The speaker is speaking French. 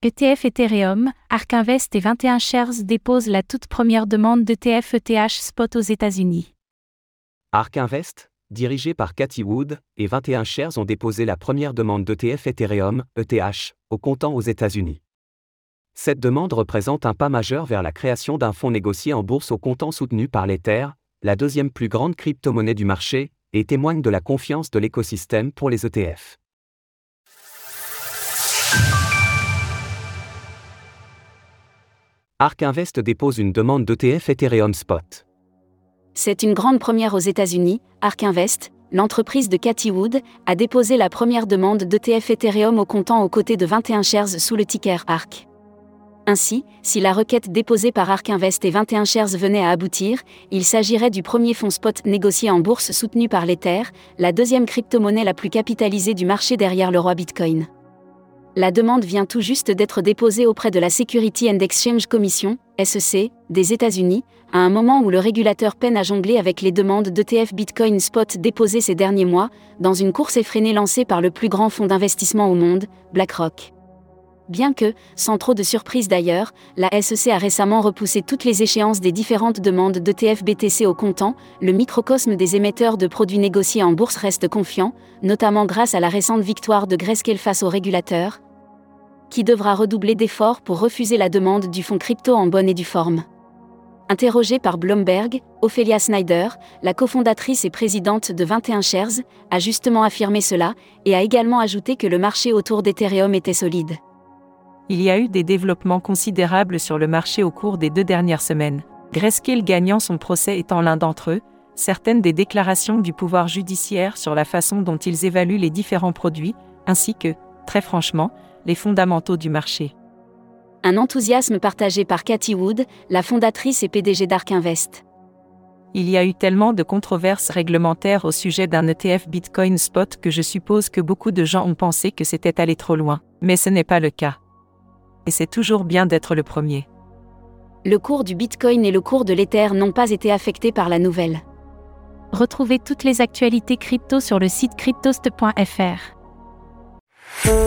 ETF Ethereum, ARK Invest et 21Shares déposent la toute première demande d'ETF ETH Spot aux États-Unis. ARK Invest, dirigé par Cathie Wood, et 21Shares ont déposé la première demande d'ETF Ethereum, ETH, au comptant aux États-Unis. Cette demande représente un pas majeur vers la création d'un fonds négocié en bourse au comptant soutenu par l'Ether, la deuxième plus grande crypto-monnaie du marché, et témoigne de la confiance de l'écosystème pour les ETF. ARK Invest dépose une demande d'ETF Ethereum Spot. C'est une grande première aux États-Unis. ARK Invest, l'entreprise de Cathie Wood, a déposé la première demande d'ETF Ethereum au comptant aux côtés de 21Shares sous le ticker ARK. Ainsi, si la requête déposée par ARK Invest et 21Shares venait à aboutir, il s'agirait du premier fonds spot négocié en bourse soutenu par l'Ether, la deuxième crypto-monnaie la plus capitalisée du marché derrière le roi Bitcoin. La demande vient tout juste d'être déposée auprès de la Security and Exchange Commission, SEC, des États-Unis, à un moment où le régulateur peine à jongler avec les demandes d'ETF Bitcoin Spot déposées ces derniers mois, dans une course effrénée lancée par le plus grand fonds d'investissement au monde, BlackRock. Bien que, sans trop de surprise d'ailleurs, la SEC a récemment repoussé toutes les échéances des différentes demandes d'ETF BTC au comptant, le microcosme des émetteurs de produits négociés en bourse reste confiant, notamment grâce à la récente victoire de Grayscale face au régulateur, qui devra redoubler d'efforts pour refuser la demande du fonds crypto en bonne et due forme. Interrogée par Bloomberg, Ophelia Snyder, la cofondatrice et présidente de 21Shares, a justement affirmé cela, et a également ajouté que le marché autour d'Ethereum était solide. Il y a eu des développements considérables sur le marché au cours des 2 dernières semaines. Grayscale gagnant son procès étant l'un d'entre eux, certaines des déclarations du pouvoir judiciaire sur la façon dont ils évaluent les différents produits, ainsi que, très franchement, les fondamentaux du marché. Un enthousiasme partagé par Cathie Wood, la fondatrice et PDG d'ARK Invest. Il y a eu tellement de controverses réglementaires au sujet d'un ETF Bitcoin Spot que je suppose que beaucoup de gens ont pensé que c'était allé trop loin, mais ce n'est pas le cas. Et c'est toujours bien d'être le premier. Le cours du Bitcoin et le cours de l'Ether n'ont pas été affectés par la nouvelle. Retrouvez toutes les actualités crypto sur le site cryptost.fr.